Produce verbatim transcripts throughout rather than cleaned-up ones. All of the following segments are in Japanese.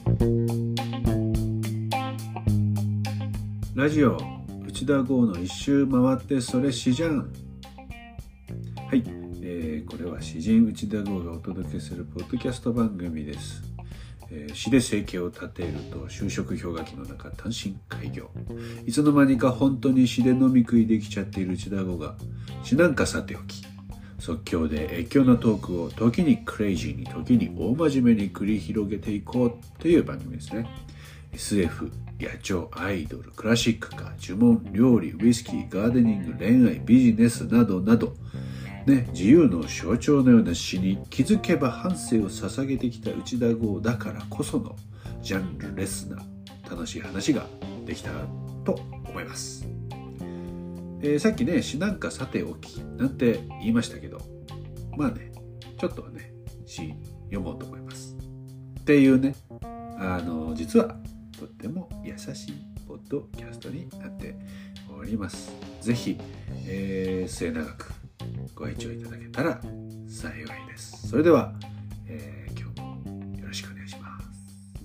ラジオ内田剛の一周回ってそれ詩じゃん。はい、えー、これは詩人内田剛がお届けするポッドキャスト番組です。えー、詩で生計を立てると就職氷河期の中単身開業、いつの間にか本当に詩で飲み食いできちゃっている内田剛が詩なんかさておき即興で越境のトークを時にクレイジーに時に大真面目に繰り広げていこうという番組ですね。 エスエフ、野鳥、アイドル、クラシックカー、呪文、料理、ウイスキー、ガーデニング、恋愛、ビジネスなどなどね、自由の象徴のような詩に気づけば半生を捧げてきた内田剛だからこそのジャンルレスな楽しい話ができたと思います。えー、さっきね詩なんかさておきなんて言いましたけど、まあねちょっとはね詩読もうと思いますっていうね、あの実はとっても優しいポッドキャストになっております。ぜひ、えー、末永くご愛聴いただけたら幸いです。それでは、えー、今日もよろしくお願いします。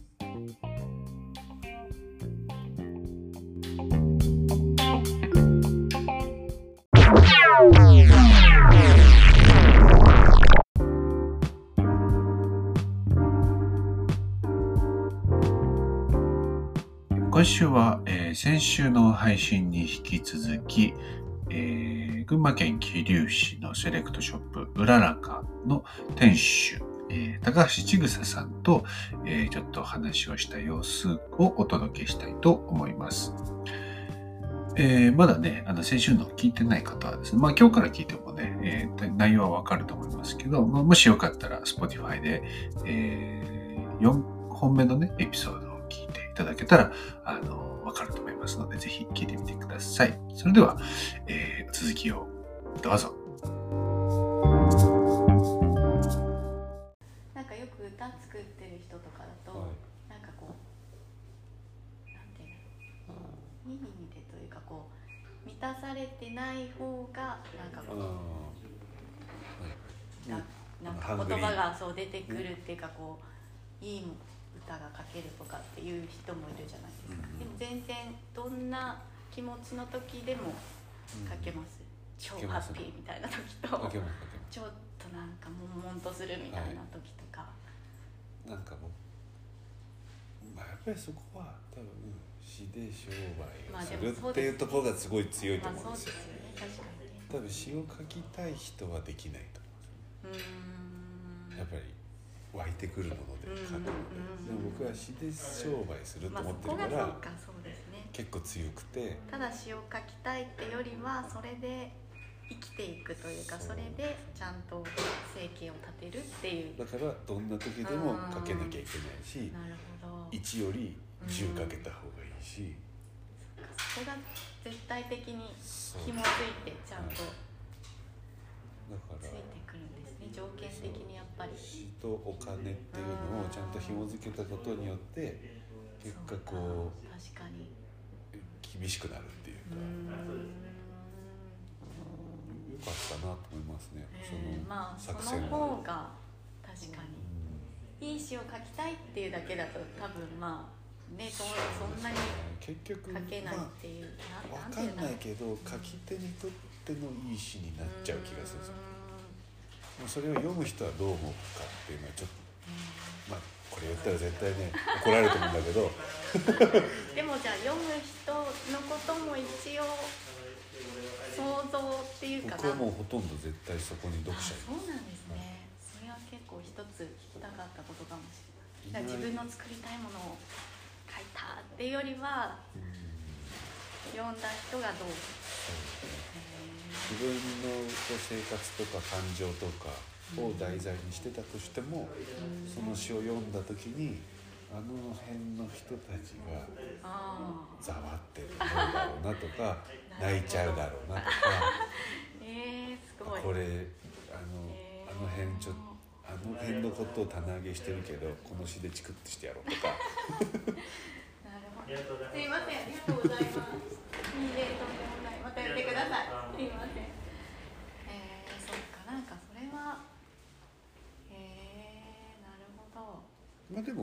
今週は、えー、先週の配信に引き続き、えー、群馬県桐生市のセレクトショップうららかの店主、えー、高橋千草さんと、えー、ちょっと話をした様子をお届けしたいと思います。えー、まだねあの先週の聞いてない方はですね、まあ今日から聞いてもね、えー、内容はわかると思いますけど、まあ、もしよかったら Spotify で、えー、よんほんめのねエピソードを聞いていただけたらあのわかると思いますので、ぜひ聞いてみてください。それでは、えー、続きをどうぞ。 なんかよく歌作ってる人とかだと、はい、なんかこうなんていうの、意味でというかこう満たされてない方がなんかこう、はい、なんか言葉がそう出てくるっていうか、こういい歌が書けるとかっていう人もいるじゃないですか、うん、でも全然どんな気持ちの時でも書けます、うん、超ハッピーみたいな時とちょっとなんか悶々とするみたいな時とか、はい、 なんかもう、まあ、やっぱりそこは多分詩で商売をするっていうところがすごい強いと思うんですよ。多分詩を書きたい人はできないと思うんですよ。うーん、やっぱり湧いてくるもので書くので、でも僕は詩で商売すると思ってるから、まあ、そこがそうか、そうですね、結構強くて、 ただ詩を書きたいってよりはそれで生きていくというか、それでちゃんと生計を立てるっていう。 だからどんな時でも書けなきゃいけないし、 なるほど、 いちよりじゅうかけた方がいいし、 そこが絶対的に紐づいてちゃんとついてくるんですね。条件的にやっぱり詩とお金っていうのをちゃんと紐づけたことによって結果こう確かに厳しくなるっていうか、よかったなと思いますね、その作戦は。 まあ、その方が確かにいい詩を書きたいっていうだけだと多分まあね、そ, そんなに書けないっていう、 まあ、分かんないけど書き手にとってのいい詩になっちゃう気がするんですよ。もうそれを読む人はどう思うかっていうのはちょっと、まあこれ言ったら絶対ね怒られると思うんだけどでもじゃあ読む人のことも一応想像っていうかな、 僕はもうほとんど絶対そこに読者います。そうなんですね、それは結構一つ聞きたかったことかもしれない。自分の作りたいものを書いたっていうよりは、うん、読んだ人がどう、 自分の生活とか感情とかを題材にしてたとしても、うん、その詩を読んだ時にあの辺の人たちがざわってるだろうなとか泣いちゃうだろうなとかえー、すごい、 これあの、えー、あの辺ちょっとあの辺のことを棚上げしてるけどこの詩でチクッとしてやろうとかなるほど、すいません、ありがとうございます。いいね、とんでもない、またやってください。すいません。えー、そっか、なんかそれはえー、なるほど。 まあでも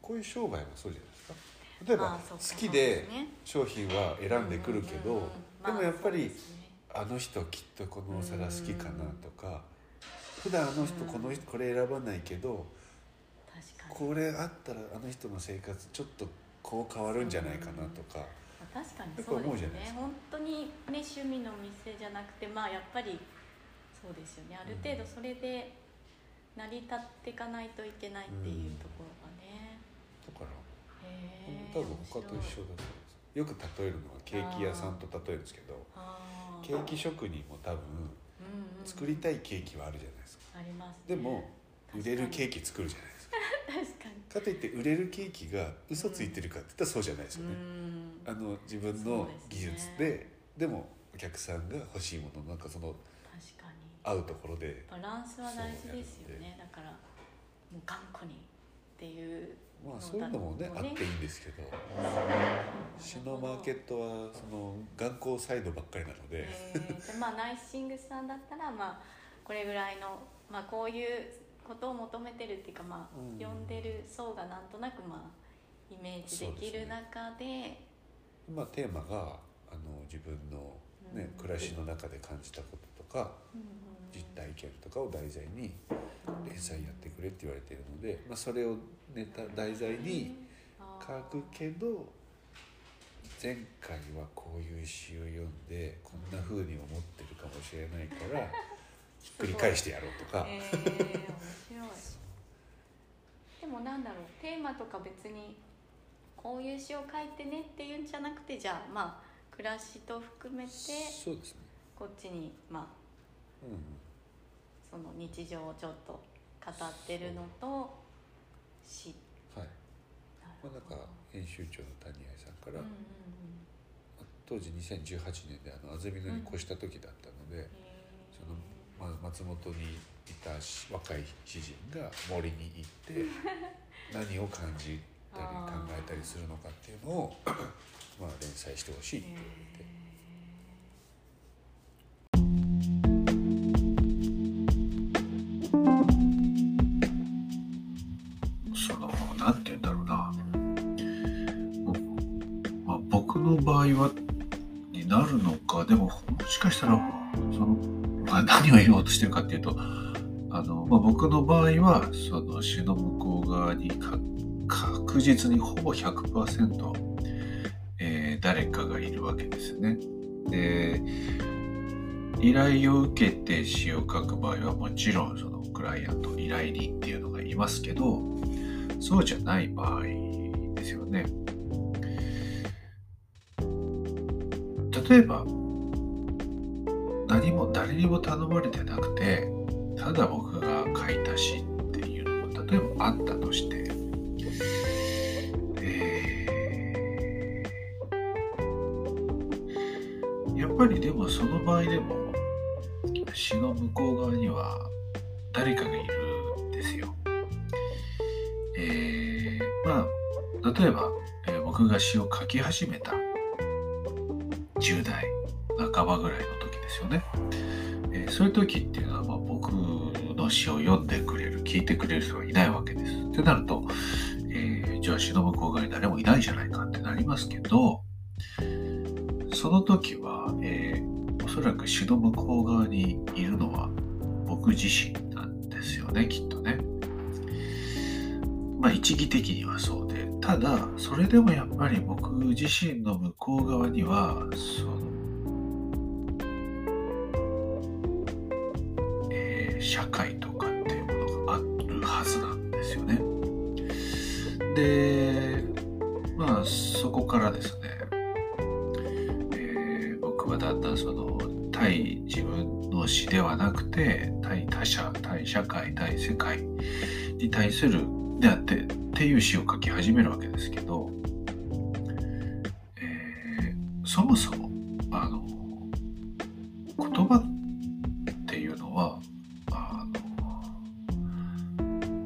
こういう商売もそうじゃないですか。例えば好きで商品は選んでくるけど、うんうんうん、でもやっぱり、まあ、あの人きっとこのお皿好きかなとか、普段あの人この人これ選ばないけど、これあったらあの人の生活ちょっとこう変わるんじゃないかなとか、 確かにそうですね。本当にね趣味の店じゃなくて、まあやっぱりそうですよね。ある程度それで成り立っていかないといけないっていうところがね。 だから多分他と一緒だと思います。よく例えるのはケーキ屋さんと例えるんですけど、ケーキ職人も多分作りたいケーキはあるじゃないですか。 ありますね。 でも売れるケーキ作るじゃないですか。 確かに。 かといって売れるケーキが嘘ついてるかって言ったらそうじゃないですよね。あの自分の技術で、ね、でもお客さんが欲しいものなんかその確かに合うところでバランスは大事ですよね。だからもう頑固にっていうまあそういうのもねあっていいんですけど、シノマーケットはその頑固サイドばっかりなので、 えー、まあナイシングさんだったらまあこれぐらいのまあこういうことを求めてるっていうか、まあ、うん、呼んでる層がなんとなくまあイメージできる中で、 ね、まあテーマがあの自分の、ね、うん、暮らしの中で感じたこととか、うん、実体験とかを題材に連載やってくれって言われているので、まあ、それをネタ題材に書くけど、前回はこういう詩を読んでこんな風に思ってるかもしれないからひっくり返してやろうとか、 えー、面白いでもなんだろう、テーマとか別にこういう詩を書いてねっていうんじゃなくて、じゃあまあ暮らしと含めてそうですね、 こっちにまあ、うん、その日常をちょっと語ってるのと詩、 はい、まあ、なんか編集長の谷合さんから、うんうんうん、当時にせんじゅうはちねんであの安曇野に越した時だったので、うん、そのまあ、松本にいた若い詩人が森に行って何を感じたり考えたりするのかっていうのをまあ連載してほしいって言われて。 そのなんて言うんだろうな、まあ、僕の場合はになるのか、でももしかしたらその、まあ、何を言おうとしてるかっていうと、あの、まあ、僕の場合はその詩の向こう側にか確実にほぼ ひゃくパーセント、えー、誰かがいるわけですね。で、依頼を受けて詩を書く場合はもちろんそのクライアント、依頼人っていうのがいますけど、そうじゃない場合ですよね。例えば何も誰にも頼まれてなくて、ただ僕が書いた詩っていうのが例えばあったとして、えー、やっぱりでもその場合でも詩の向こう側には誰かがいるんですよ。えー、まあ例えば、えー、僕が詩を書き始めたじゅう代半ばぐらいの時ですよね。えー、そういう時っていうのは、まあ、僕の詩を読んでくれる、聞いてくれる人がいないわけです。ってなると、えー、じゃあ詩の向こう側に誰もいないじゃないかってなりますけど、その時は、えー、おそらく詩の向こう側にいるのは僕自身なんですよね、きっとね。まあ一義的にはそうで、ただそれでもやっぱり僕自身の向こう側にはその、えー、社会とかっていうものがあるはずなんですよね。で、まあそこからですね、えー、僕はだんだんその対自分の詩ではなくて、対他者、対社会、対世界に対するであってっていう詩を書き始めるわけですけど、えー、そもそもあの言葉っていうのはあの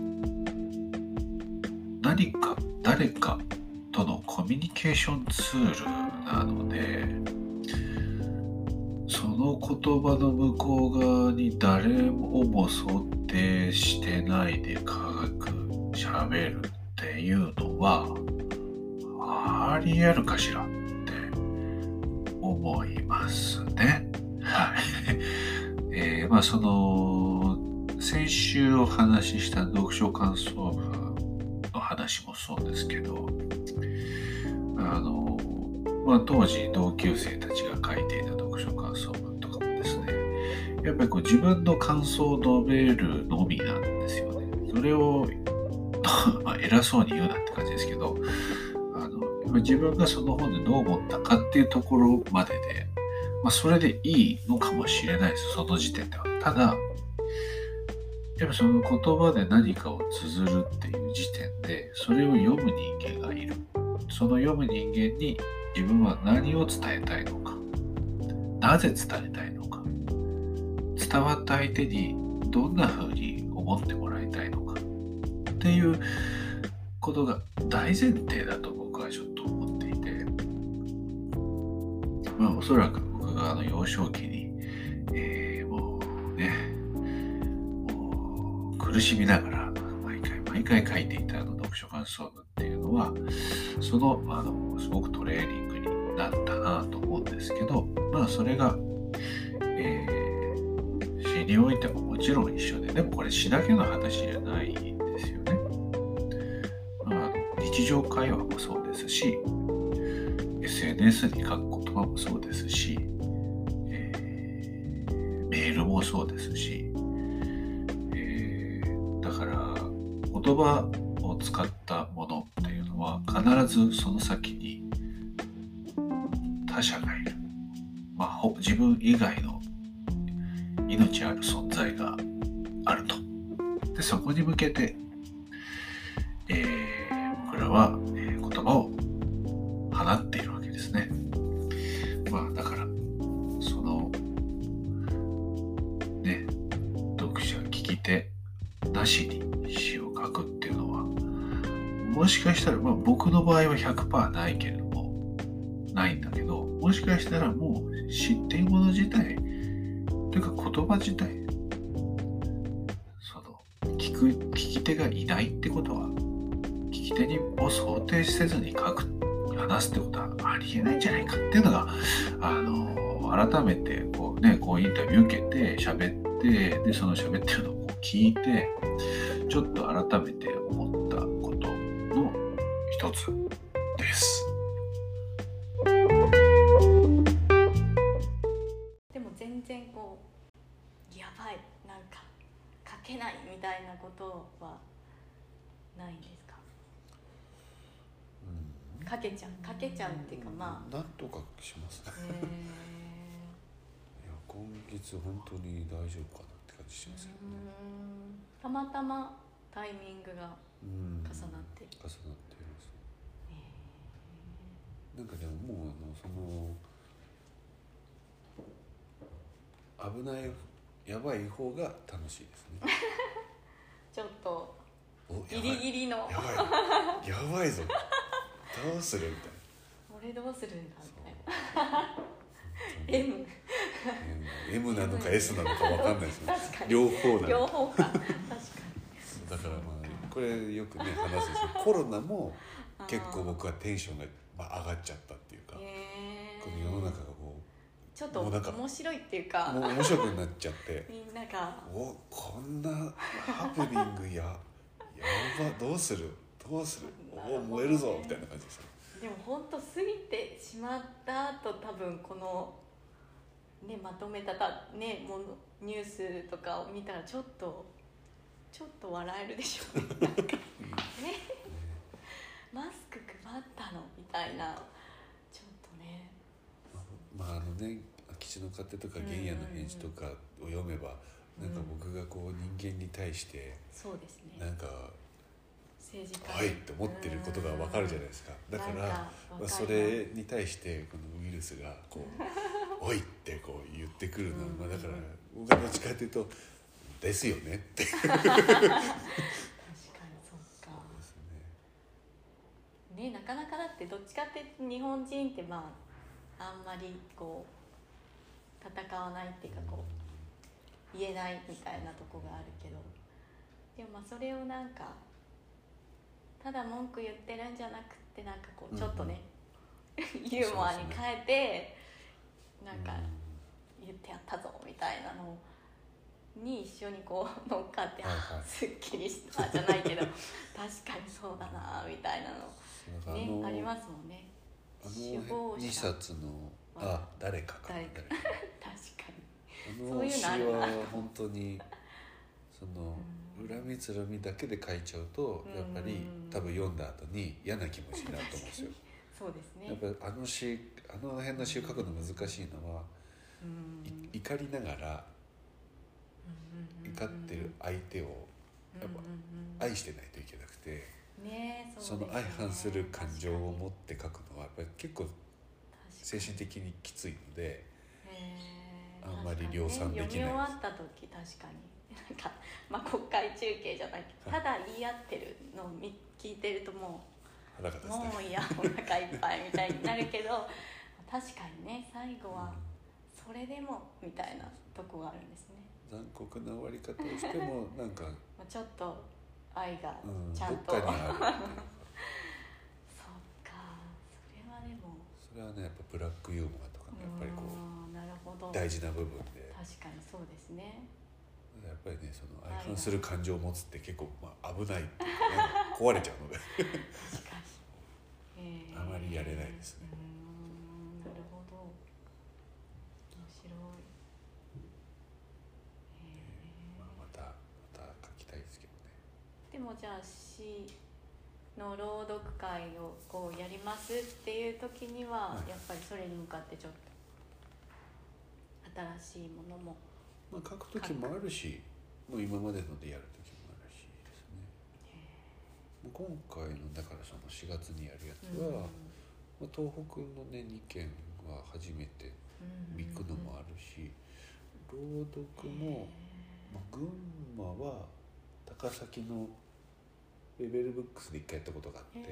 何か誰かとのコミュニケーションツールなので、その言葉の向こう側に誰も想定してないで科学喋るってえー、いうのはありえるかしらって思いますね。はい。えー、まあその先週お話しした読書感想文の話もそうですけど、あの、まあ、当時同級生たちが書いていた読書感想文とかもですね、やっぱりこう自分の感想を述べるのみなんですよね。それをまあ偉そうに言うなって感じですけど、あのやっぱ自分がその本でどう思ったかっていうところまでで、まあ、それでいいのかもしれないです、その時点では。ただやっぱその言葉で何かを綴るっていう時点で、それを読む人間がいる。その読む人間に自分は何を伝えたいのか、なぜ伝えたいのか、伝わった相手にどんな風に思ってもらいたいのかっていうことが大前提だと僕はちょっと思っていて、まあおそらく僕があの幼少期に、えー、もうねもう苦しみながら毎回毎回書いていたあの読書感想文っていうのは、そのあのすごくトレーニングになったなと思うんですけど、まあそれが、えー、詩においてももちろん一緒で、でもこれ詩だけの話じゃないんですよね。まあ、日常会話もそうですし、エスエヌエス に書く言葉もそうですし、えー、メールもそうですし、えー、だから言葉を使ったものっていうのは必ずその先に他者がいる、まあ、自分以外の命ある存在があると。でそこに向けて、えー、僕らは、えー、言葉を放っているわけですね。まあだからそのね読者聞き手なしに詩を書くっていうのは、もしかしたら、まあ、僕の場合は ひゃくパーセント ないけれどもないんだけど、もしかしたらもう詩っていうもの自体というか言葉自体、その聞く聞き手がいないってことは、聞き手にを想定せずに書く話すってことはありえないんじゃないかっていうのが、あの改めてこうねこうインタビュー受けて喋って、でその喋ってるのをこう聞いて、ちょっと改めて思ったことの一つです。 でも全然こうやばい、なんか書けないみたいなことはないんですか？うん、書けちゃう書けちゃうっていうか、まあなんとかしますね。いや今月本当に大丈夫かなって感じしますけどね。 うーん、たまたまタイミングが重なってる。 重なってます。なんかでももうあのその危ないやばい方が楽しいですね。 ちょっとギリギリのやばいやばいぞどうするみたいな。 俺どうするんだみたいな。M M なのか S なのか分かんないですね。両方なの。 両方か。確かに。 だからまあこれよくね話すんですけど、コロナも結構僕はテンションがまあ上がっちゃったっていうか、この世の中がこうちょっと面白いっていうか、 もう面白くなっちゃってみんながおこんなハプニングややばどうするどうするお燃えるぞみたいな感じです。 でも本当過ぎてしまった後、多分このねまとめたたねものニュースとかを見たらちょっとちょっと笑えるでしょうね。なんかえマスク配ったのみたいな、ちょっとね。 まああのね吉の勝手とか原野の返事とかを読めば、なんか僕がこう人間に対してそうですね。 なんか政治家はいって思ってることが分かるじゃないですか。だからまあそれに対してこのウイルスがこうおいってこう言ってくるのは、まあだから僕はどっちかというとですよねって確かにそうかですね。ね、なかなかだってどっちかって日本人ってまああんまりこう戦わないっていうかこう言えないみたいなとこがあるけど、でもまあそれをなんかただ文句言ってるんじゃなくてなんかこうちょっとね、うんうん、ユーモアに変えて、ね、なんか言ってやったぞみたいなのに一緒にこう乗っかって、はいはい、すっきりしたじゃないけど確かにそうだなみたいなのねありますもんね。 あのにさつのあ誰かか誰か確かにあの詩は本当にその恨みつらみだけで書いちゃうとやっぱり多分読んだ後に嫌な気持ちになると思うんですよ。 そうですね。 やっぱりあの詩あの辺の詩を書くの難しいのは、怒りながら怒ってる相手をやっぱ愛してないといけなくて、 ね、 その相反する感情を持って書くのはやっぱり結構精神的にきついので、あんまり量産できないです。 読み終わった時確かになんか、まあ、国会中継じゃないけどただ言い合ってるのを聞いてるともう、 ね、 もういやお腹いっぱいみたいになるけど確かにね最後はそれでもみたいなとこがあるんですね。 残酷な終わり方をしてもなんかちょっと愛がちゃんと、 うん、どっかにあるそっか、 それはでもそれはねやっぱブラックユーモアとかねやっぱりこうなるほど大事な部分で確かにそうですね。 やっぱりねその相反する感情を持つって結構まあ危ないっていうか、ね、壊れちゃうので確かに、えー、あまりやれないですね。 うんなるほど面白い。でもじゃあ詩の朗読会をこうやりますっていう時には、はい、やっぱりそれに向かってちょっと新しいものも、 まあ、書く時もあるしもう今までのでやる時もあるしですね。今回のだからそのしがつにやるやつは、うんまあ、東北のねにけんは初めて行くのもあるし、朗読も、まあ、群馬は高崎のレベルブックスで一回やったことがあってで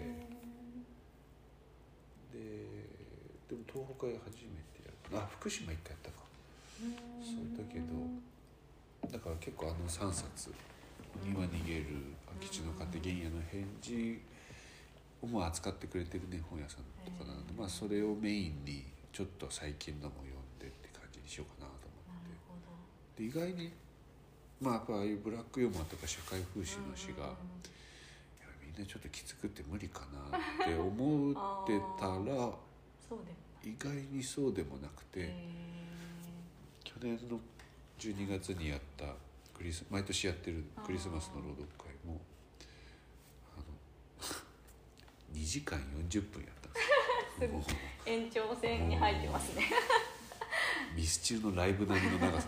でも東北は初めてやるあ福島一回やったかそうだけどだから結構あのさんさつ「鬼は逃げる」「空き地の糧」「原野の返事」をも扱ってくれてるね本屋さんとかなので、まあ、それをメインにちょっと最近のも読んでって感じにしようかなと思ってで意外にまあやっぱああいうブラックユーモアとか社会風刺の詩がみんなちょっときつくて無理かなって思ってたら意外にそうでもなくて去年のじゅうにがつにやったクリス毎年やってるクリスマスの朗読会もあのにじかんよんじゅっぷんやったんですよ。 延長戦に入ってますね。 ミスチルのライブ並みの長さ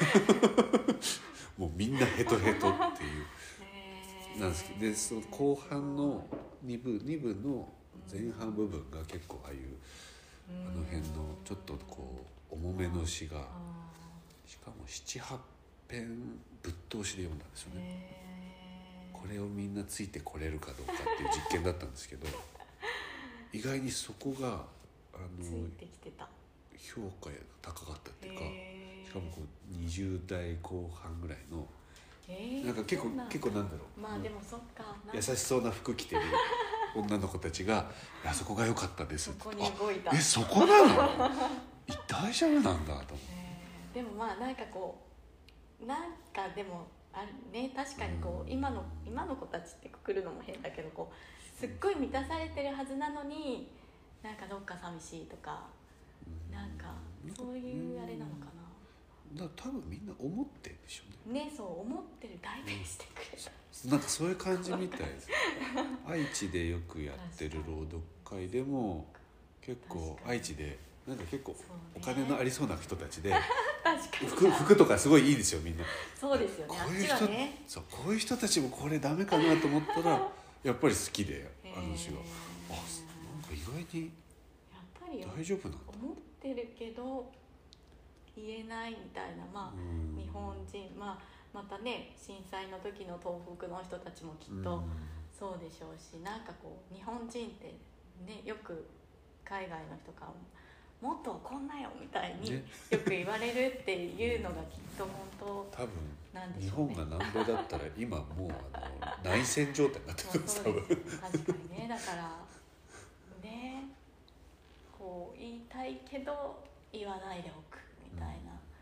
もうみんなヘトヘトっていうなんですけどでその後半のにぶにぶの前半部分が結構ああいうあの辺のちょっとこう重めの詩がしかもななはっぺんぶっ通しで読んだんですよね。これをみんなついてこれるかどうかっていう実験だったんですけど意外にそこがあのついてきてた評価が高かったっていうかしかもこうにじゅう代後半ぐらいのなんか結構結構なんだろうまあでもそっか優しそうな服着てる女の子たちが「いやそこが良かったです」 そこに動いたえそこなの大丈夫なんだと思って、 えー、でもまあなんかこうなんかでもあるね確かにこう今の今の子たちってくくるのも変だけどこうすっごい満たされてるはずなのになんかどっか寂しいとかなんかそういうあれなのかな。 だ多分みんな思ってるでしょうね。 ねそう思ってる代弁してくれた、 うん、なんかそういう感じみたいです愛知でよくやってる朗読会でも結構愛知でなんか結構お金のありそうな人たちで服, 服とかすごいいいですよみんな。 そうですよね。 こういう人、あっちはね、そうこういう人たちもこれダメかなと思ったらやっぱり好きであの詩があなんか意外に大丈夫なんだ。 思ってるけど言えないみたいな、まあ、日本人、まあ、またね震災の時の東北の人たちもきっとそうでしょうし、なんかこう日本人ってねよく海外の人からももっとこんなよみたいによく言われるっていうのがきっと本当多分なんでしょうね。日本が南米だったら今もうあの内戦状態になってます。多分確かにね。だからね、こう言いたいけど言わないでおくみたいな、うん、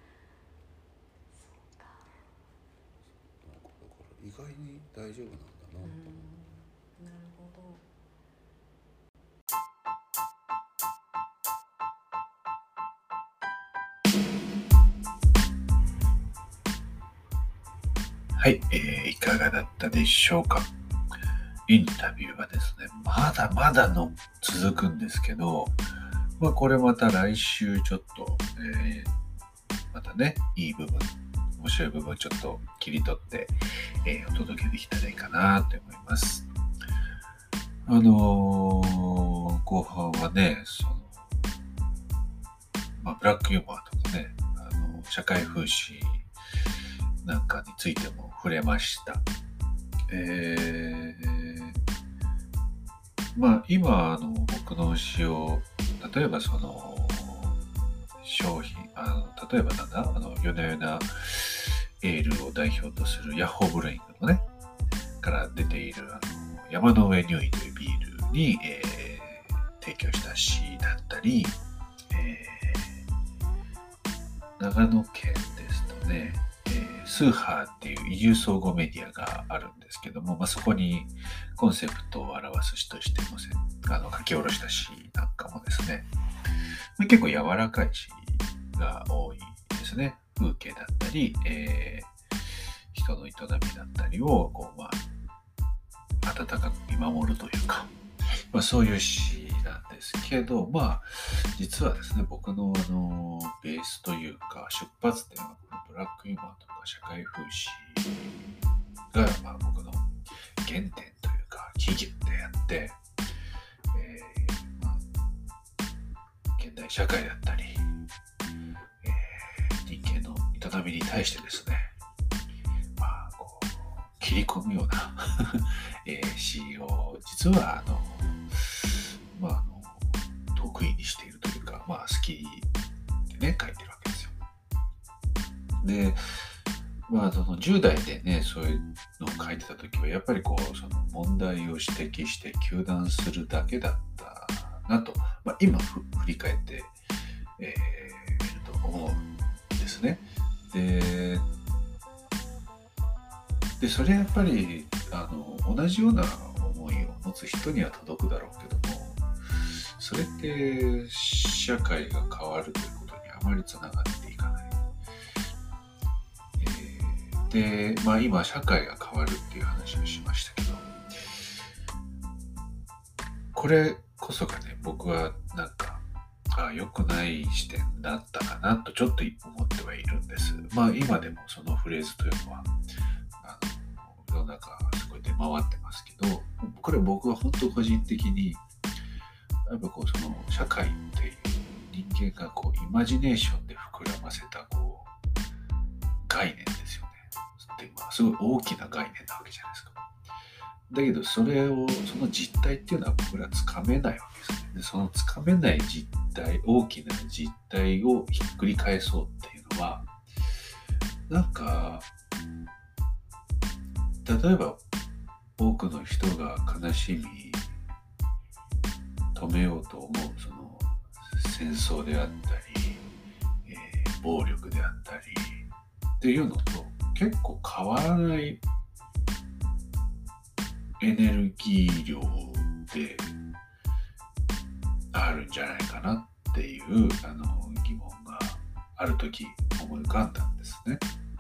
そうか。 なんかだから意外に大丈夫なんだなと思う。 うん、なるほど。 はい、えー、いかがだったでしょうか。インタビューはですね、まだまだの続くんですけど、まあこれまた来週ちょっと、えー、またね、いい部分、面白い部分をちょっと切り取って、えー、お届けできたらいいかなと思います。あのー、後半はね、その、まあブラックユーモアとかね、あの社会風刺なんかについても触れました。えー、まあ今あの僕の詩を例えばその商品あの例えばなんだあの夜な夜なエールを代表とするヤッホーブレインのねから出ているあの山の上ニュイというビールに、えー、提供した詩だったり、えー、長野県ですとねスーハーっていう移住総合メディアがあるんですけども、まあ、そこにコンセプトを表す詩としてもあの書き下ろした詩なんかもですね、まあ、結構柔らかい詩が多いですね。風景だったり、えー、人の営みだったりをこう、まあ、温かく見守るというか、まあ、そういう詩なんですけど、まあ実はですね僕の、あのベースというか出発点はこのブラックユーモアとか社会風刺が、まあ、僕の原点というか起源であって、えーまあ、現代社会だったり、えー、人間の営みに対してですね、まあ、こう切り込むような、えー、詩を実はあのまあ、あの得意にしているというか、まあ、好きでね書いてるわけですよ。で、まあ、そのじゅう代でねそういうのを書いてた時はやっぱりこうその問題を指摘して糾弾するだけだったなと、まあ、今振り返って、えー、見ると思うんですね。で、でそれやっぱりあの同じような思いを持つ人には届くだろうけども、それって社会が変わるということにあまりつながっていかない。えー、で、まあ今社会が変わるっていう話をしましたけど、これこそがね、僕はなんか、あ、良くない視点だったかなとちょっと思ってはいるんです。まあ今でもそのフレーズというのは、あの世の中すごい出回ってますけど、これ僕は本当個人的にやっぱこうその社会っていう人間がこうイマジネーションで膨らませたこう概念ですよね。で、まあ、すごい大きな概念なわけじゃないですか。だけどそれをその実態っていうのは僕らつかめないわけですね。でそのつかめない実態、大きな実態をひっくり返そうっていうのはなんか例えば多くの人が悲しみ止めようと思うその戦争であったり、えー、暴力であったりっていうのと結構変わらないエネルギー量であるんじゃないかなっていうあの疑問がある時思い浮かんだんですね。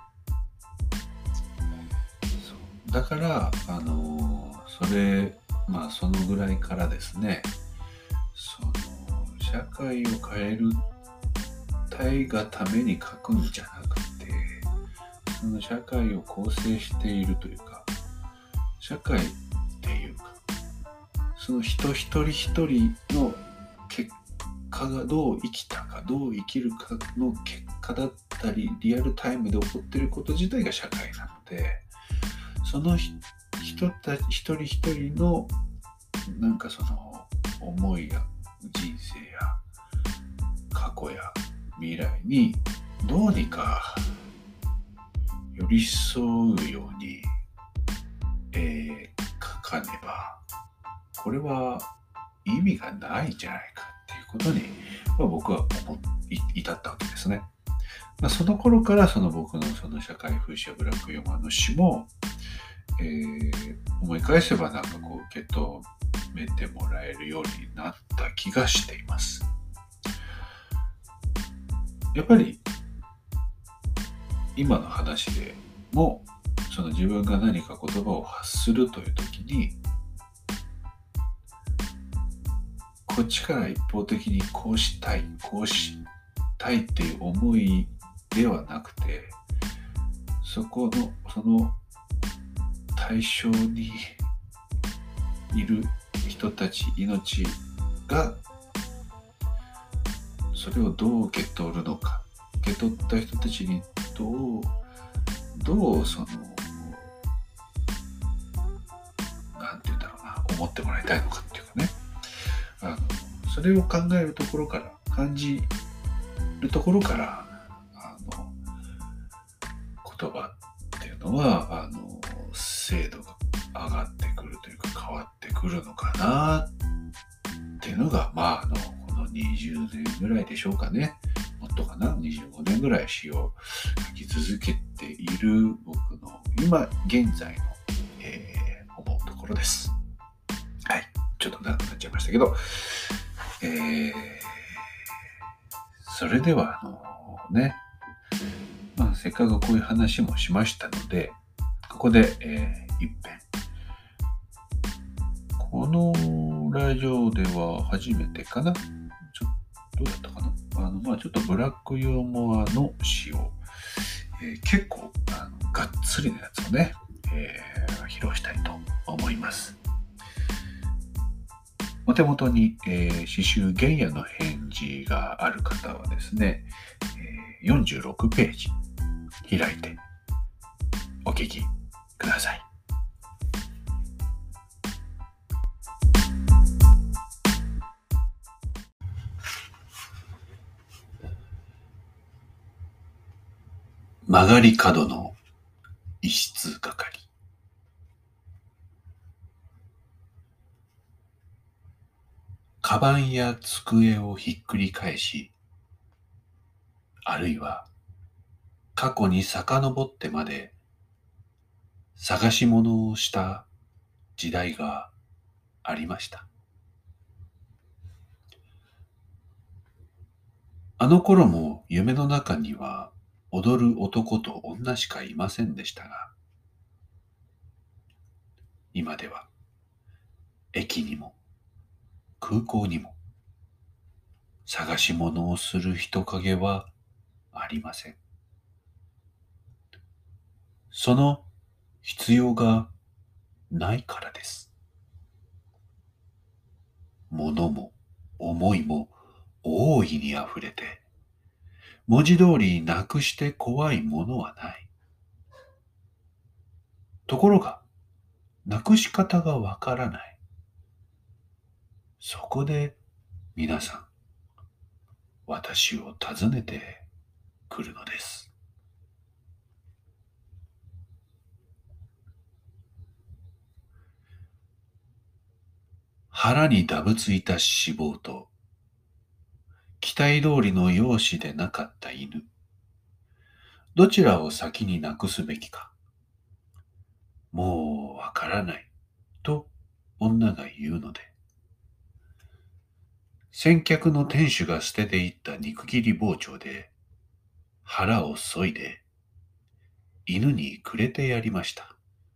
そうだからあのそれまあそのぐらいからですね、その社会を変えるたいがために書くんじゃなくて、その社会を構成しているというか、社会っていうかその人一人一人の結果がどう生きたかどう生きるかの結果だったりリアルタイムで起こっていること自体が社会なので、その人たち一人一人のなんかその思いや人生や過去や未来にどうにか寄り添うように、えー、書かねばこれは意味がないんじゃないかっていうことに、まあ、僕は思い至ったわけですね。まあ、その頃からその僕のその社会風刺やブラックユーモアの詩も、えー、思い返せばなんかこう受け止めてもらえるようになった気がしています。やっぱり今の話でもその自分が何か言葉を発するという時にこっちから一方的にこうしたいこうしたいっていう思いではなくて、そこのその対象にいる人たち命がそれをどう受け取るのか、受け取った人たちにどうどうそのなんて言うんだろうな思ってもらいたいのかっていうかね、あのそれを考えるところから感じるところからあの言葉っていうのはあの精度が上がってくるというか変わってくるのかなっていうのが、まああのこのにじゅうねんぐらいでしょうかね、もっとかな、にじゅうごねんぐらい詩を書き続けている僕の今現在の、えー、思うところです。はい、ちょっと長くなっちゃいましたけど、えー、それではあのね、まあ、せっかくこういう話もしましたので、ここで、えー、一遍このラジオでは初めてかな、ちょどうだったかな、あのまあちょっとブラックユーモアの詩を、えー、結構あのがっつりのやつをね、えー、披露したいと思います。お手元に、えー、詩集原野の返事がある方はですね、えー、よんじゅうろくページ開いてお聞きください。曲がり角の一室係。カバンや机をひっくり返し、あるいは過去に遡ってまで探し物をした時代がありました。あの頃も夢の中には踊る男と女しかいませんでしたが、今では駅にも空港にも探し物をする人影はありません。その必要がないからです。物も思いも大いにあふれて、文字通りなくして怖いものはない。ところが、なくし方がわからない。そこで皆さん、私を訪ねてくるのです。腹にだぶついた脂肪と、期待通りの容姿でなかった犬。どちらを先になくすべきか。もうわからない、と女が言うので。先客の店主が捨てていった肉切り包丁で、腹を削いで、犬にくれてやりました。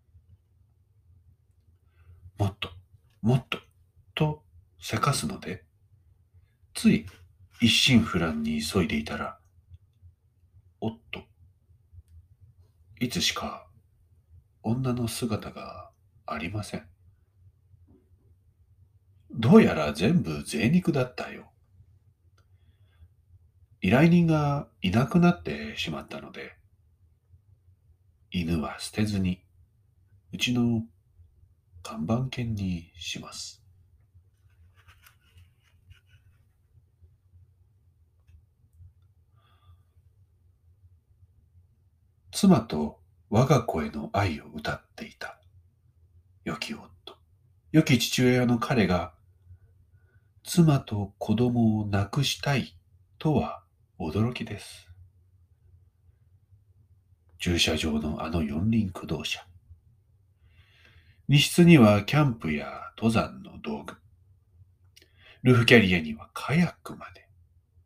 もっと、もっと、とせかすので、つい一心不乱に急いでいたら、おっと、いつしか女の姿がありません。どうやら全部贅肉だったよ。依頼人がいなくなってしまったので、犬は捨てずに、うちの看板犬にします。 妻と我が子への愛を歌っていた。良き夫、良き父親の彼が妻と子供を亡くしたいとは驚きです。駐車場のあの四輪駆動車。荷室にはキャンプや登山の道具。ルフキャリアにはカヤックまで。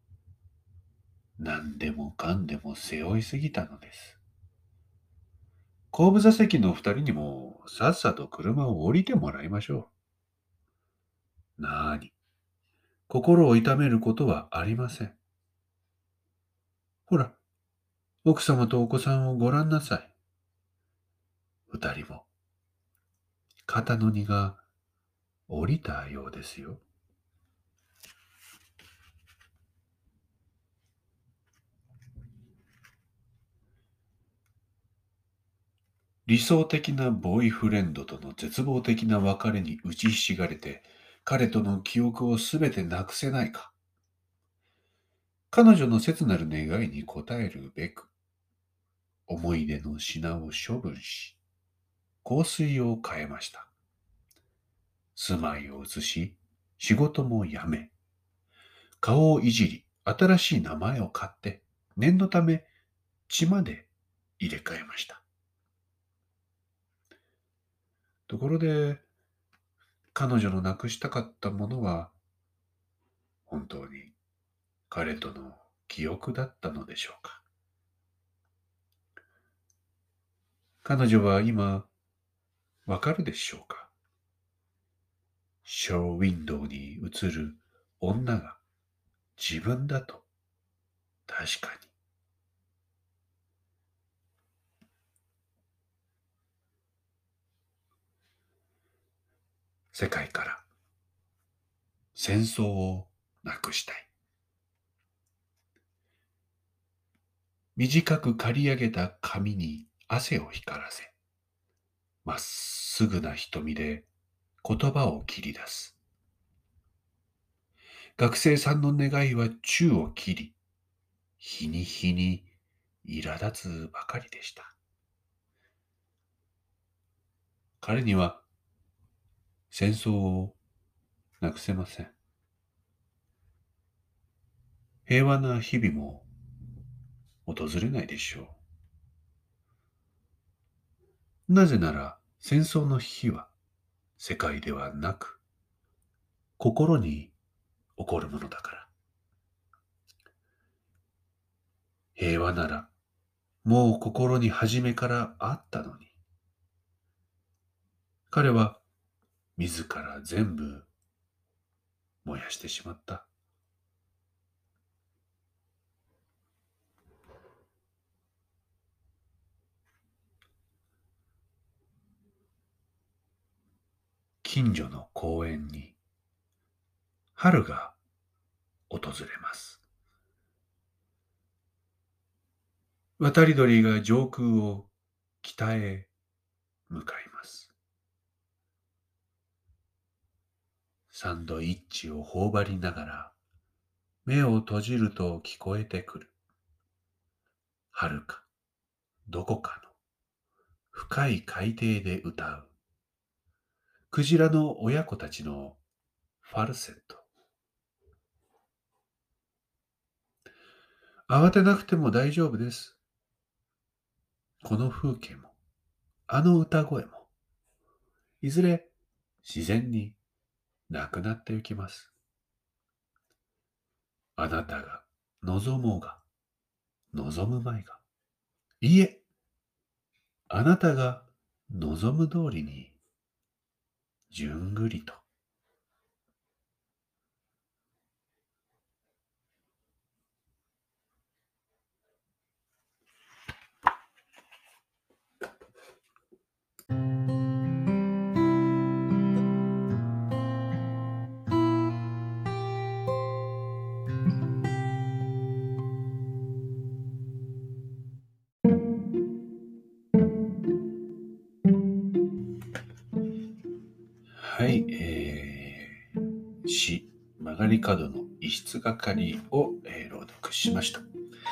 何でもかんでも背負いすぎたのです。後部座席の二人にもさっさと車を降りてもらいましょう。なーに、心を痛めることはありません。ほら、奥様とお子さんをご覧なさい。二人も肩の荷が下りたようですよ。理想的なボーイフレンドとの絶望的な別れに打ちひしがれて、彼との記憶をすべてなくせないか。彼女の切なる願いに応えるべく、思い出の品を処分し、香水を変えました。住まいを移し、仕事も辞め、顔をいじり、新しい名前を買って、念のため血まで入れ替えました。ところで、彼女のなくしたかったものは、本当に彼との記憶だったのでしょうか。彼女は今、わかるでしょうか。ショーウィンドウに映る女が自分だと、確かに。世界から戦争をなくしたい。短く刈り上げた髪に汗を光らせ、まっすぐな瞳で言葉を切り出す。学生さんの願いは宙を切り、日に日に苛立つばかりでした。彼には戦争をなくせません。平和な日々も訪れないでしょう。なぜなら戦争の日は世界ではなく心に起こるものだから。平和ならもう心に初めからあったのに。彼は自ら全部燃やしてしまった。近所の公園に春が訪れます。渡り鳥が上空を北へ向かいます。サンドイッチを頬張りながら目を閉じると聞こえてくる。遥かどこかの深い海底で歌うクジラの親子たちのファルセット。慌てなくても大丈夫です。この風景も、あの歌声も、いずれ自然になくなってゆきます。あなたが望もうが、望むまいが、いいえ、あなたが望む通りに、じゅんぐりと。はい、えー、詩、曲がり角の一室係を、えー、朗読しました。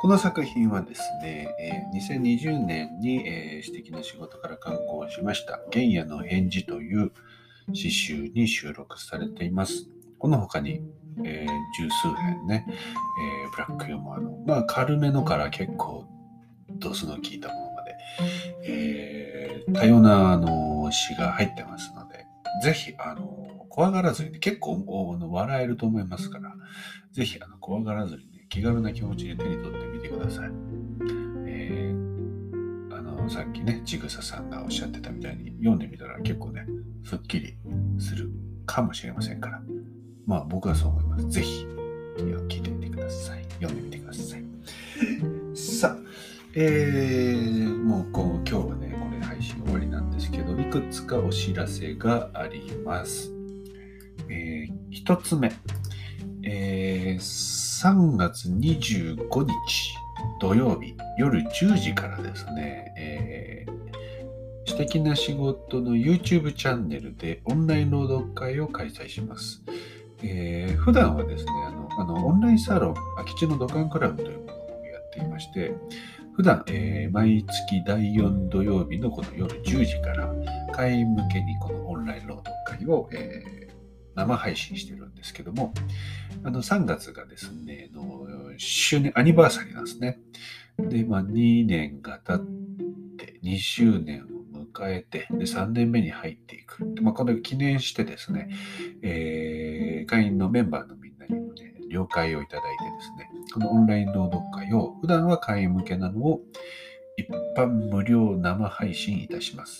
この作品はですね、えーにせんにじゅうねんに、えー、詩的な仕事から刊行しました原野の返事という詩集に収録されています。この他に、えー、十数編ね、えー、ブラックユーモアの、まあ、軽めのから結構ドスの効いたものまで、えー、多様なあの詩が入ってますので、ぜひあの怖がらずに、結構笑えると思いますから、ぜひあの怖がらずに、ね、気軽な気持ちで手に取ってみてください。えー、あのさっきね、ちぐささんがおっしゃってたみたいに、読んでみたら結構ね、すっきりするかもしれませんから、まあ僕はそう思います。ぜひ聞いてみてください。読んでみてください。さあ、えー、もうこう今日はね、これ配信終わりなんですけど、いくつかお知らせがあります。えー、一つ目、えー、さんがつにじゅうごにち土曜日夜じゅうじからですね、えー、詩的な仕事の YouTube チャンネルでオンライン朗読会を開催します。えー、普段はですね、あの、あのオンラインサロン、空き地の土管クラブというものをやっていまして、普段、えー、毎月だいよん土曜日のこの夜じゅうじから会員向けにこのオンライン朗読会を、えー、生配信してるんですけども、あのさんがつがですね、の周年アニバーサリーなんですね。で、まあ、にねんが経ってにしゅうねんを迎えて、でさんねんめに入っていく。で、まあ、これを記念してですね、えー、会員のメンバーのみんなにもね、了解をいただいてですね、このオンライン朗読会を普段は会員向けなのを一般無料生配信いたします。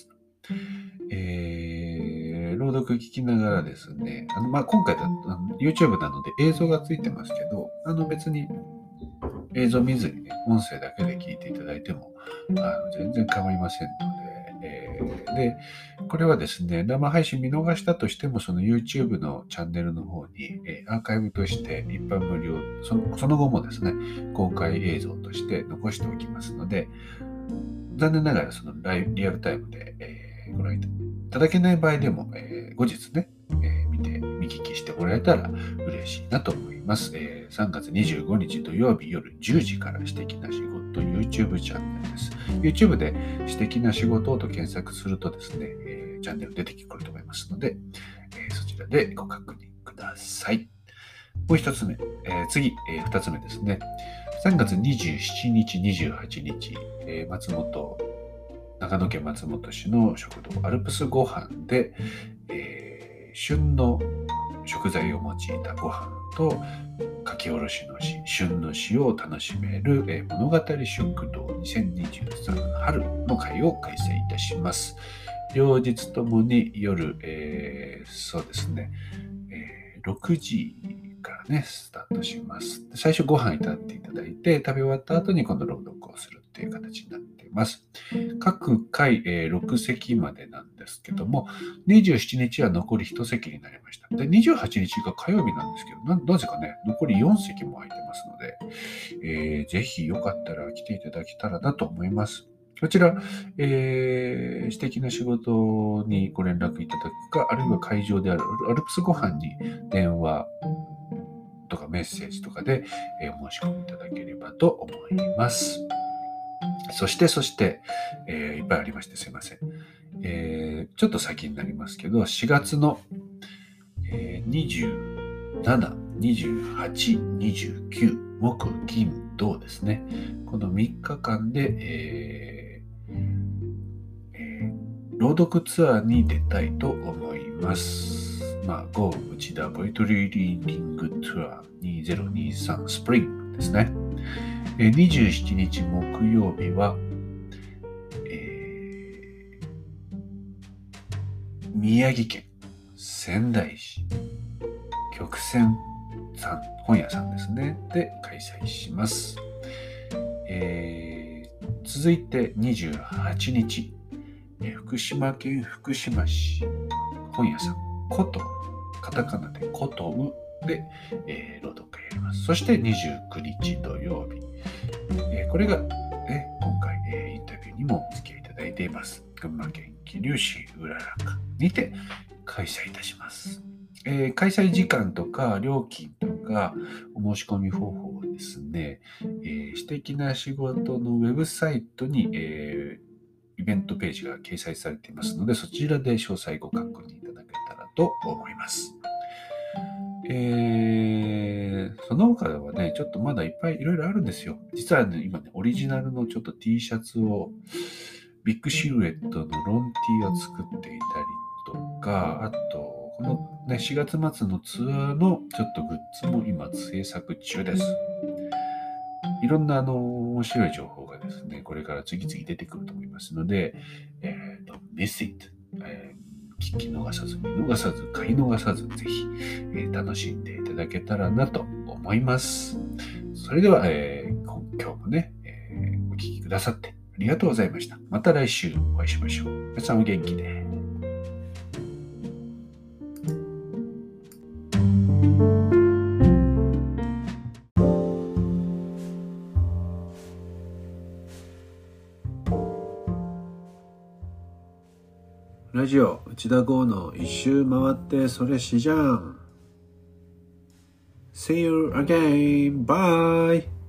えー、朗読聞きながらですね、あのまあ、今回だと YouTube なので映像がついてますけど、あの別に映像見ずにね、音声だけで聞いていただいてもあの全然構いませんので、えー、で、これはですね、生配信見逃したとしても、その YouTube のチャンネルの方に、えー、アーカイブとして一般無料、その、その後もですね、公開映像として残しておきますので、残念ながらそのライリアルタイムで、えー、ご覧いただけない場合でも、えー、後日ね、えー、見て見聞きしてもらえたら嬉しいなと思います。えー、さんがつにじゅうごにち土曜日夜じゅうじから詩的な仕事 YouTube チャンネルです。YouTube で詩的な仕事と検索するとですね、えー、チャンネル出てくると思いますので、えー、そちらでご確認ください。もう一つ目、えー、次、えー、二つ目ですね。さんがつにじゅうしちにち、にじゅうはちにち、えー、松本、長野県松本市の食堂アルプスご飯で、えー、旬の食材を用いたご飯と書き下ろしの詩、旬の詩を楽しめる、えー、物語食堂にせんにじゅうさん春の会を開催いたします。両日ともに夜、えー、そうですね、えー、ろくじからね、スタートします。最初ご飯いただいていただいて、食べ終わった後に今度朗読をするっていう形になっています。各回、えー、ろくせきまでなんですけども、にじゅうしちにちは残りいち席になりました。で、にじゅうはちにちが火曜日なんですけど、な, なぜかね、残りよん席も空いてますので、えー、ぜひよかったら来ていただけたらなと思います。こちら、えー、詩的な仕事にご連絡いただくか、あるいは会場であるアルプスご飯に電話とかメッセージとかで、えー、お申し込みいただければと思います。そして、そして、えー、いっぱいありましてすいません。えー、ちょっと先になりますけど、しがつの、えー、にじゅうなな、にじゅうはち、にじゅうきゅう、木、金、土ですね。このみっかかんで、えーえー、朗読ツアーに出たいと思います。まあ、Go 内田ポエトリーリーディングツアーにせんにじゅうさんスプリングですね。にじゅうしちにち木曜日は、えー、宮城県仙台市曲線さん本屋さんですねで開催します。えー、続いてにじゅうはちにち、えー、福島県福島市本屋さんことカタカナでことうで、えー、朗読会やります。そしてにじゅうくにち土曜日、えー、これが、ね、今回、えー、インタビューにもお付き合いいただいています群馬県桐生市うららかにて開催いたします。えー、開催時間とか料金とかお申し込み方法はでですね、えー、私的な仕事のウェブサイトに、えー、イベントページが掲載されていますので、そちらで詳細ご確認いただけたらと思います。えー、その他ではね、ちょっとまだいっぱいいろいろあるんですよ。実はね、今ね、オリジナルのちょっと T シャツを、ビッグシルエットのロン T を作っていたりとか、あと、この、ね、しがつ末のツアーのちょっとグッズも今制作中です。いろんなあの面白い情報がですね、これから次々出てくると思いますので、えーと、miss it、えー、聞き逃さず、見逃さず、買い逃さず、ぜひ、えー、楽しんでいただけたらなと思います。それでは、えー、今日もね、えー、お聞きくださってありがとうございました。また来週お会いしましょう。皆さんお元気で。ラジオ内田剛の一周回ってそれしじゃん。See you again. Bye.